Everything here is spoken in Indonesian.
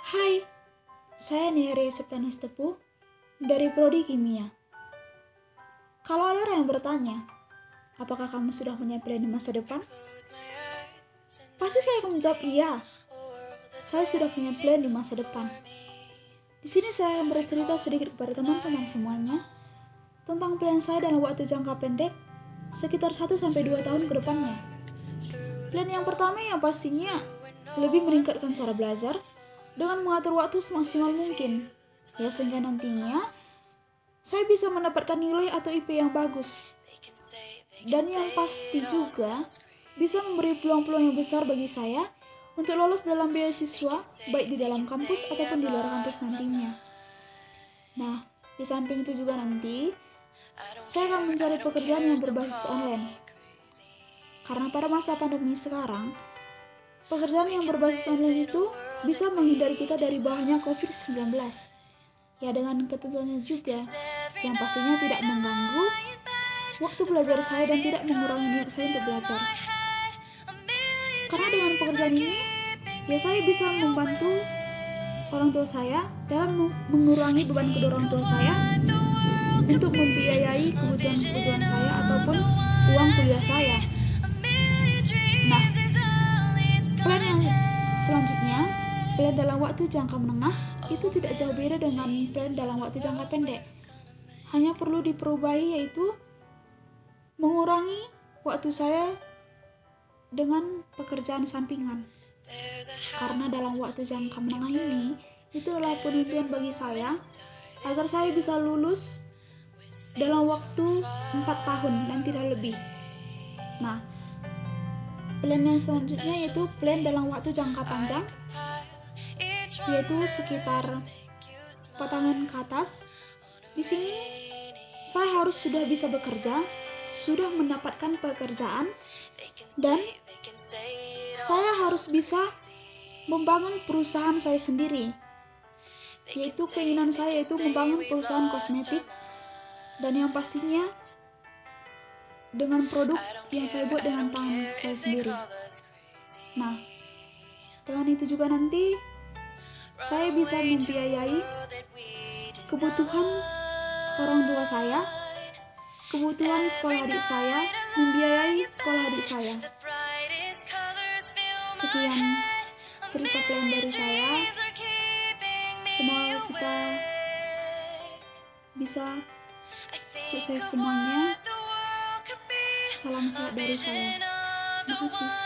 Hai, saya Nere Septianus Tepuh dari Prodi Kimia. Kalau ada orang yang bertanya, apakah kamu sudah punya plan di masa depan? Pasti saya akan menjawab iya. Saya sudah punya plan di masa depan. Di sini saya akan bercerita sedikit kepada teman-teman semuanya tentang plan saya dalam waktu jangka pendek sekitar 1-2 tahun ke depannya. Plan yang pertama yang pastinya lebih meningkatkan cara belajar dengan mengatur waktu semaksimal mungkin, ya sehingga nantinya saya bisa mendapatkan nilai atau IP yang bagus. Dan yang pasti juga bisa memberi peluang-peluang yang besar bagi saya untuk lolos dalam beasiswa, baik di dalam kampus ataupun di luar kampus nantinya. Nah, di samping itu juga nanti saya akan mencari pekerjaan yang berbasis online. Karena pada masa pandemi sekarang, pekerjaan yang berbasis online itu bisa menghindari kita dari bahayanya COVID-19. Ya dengan ketentuannya juga, yang pastinya tidak mengganggu waktu belajar saya dan tidak mengurangi niat saya untuk belajar. Karena dengan pekerjaan ini, ya saya bisa membantu orang tua saya dalam mengurangi beban kedua orang tua saya untuk membiayai kebutuhan-kebutuhan saya ataupun uang kuliah saya. Nah, plan yang selanjutnya, plan dalam waktu jangka menengah itu tidak jauh beda dengan plan dalam waktu jangka pendek. Hanya perlu diperubahi, yaitu mengurangi waktu saya dengan pekerjaan sampingan. Karena dalam waktu jangka menengah ini, itu adalah penentuan bagi saya agar saya bisa lulus dalam waktu 4 tahun dan tidak lebih. Nah, plan yang selanjutnya yaitu plan dalam waktu jangka panjang, yaitu sekitar 4 tahun ke atas. Di sini saya harus sudah bisa bekerja, sudah mendapatkan pekerjaan, dan saya harus bisa membangun perusahaan saya sendiri. Yaitu keinginan saya yaitu membangun perusahaan kosmetik, dan yang pastinya dengan produk yang saya buat dengan tangan saya sendiri. Nah, dengan itu juga nanti saya bisa membiayai kebutuhan orang tua saya, kebutuhan sekolah adik saya, membiayai sekolah adik saya. Sekian cerita plan dari saya. Semoga kita bisa sukses semuanya. Salam sehat dari saya. Terima kasih.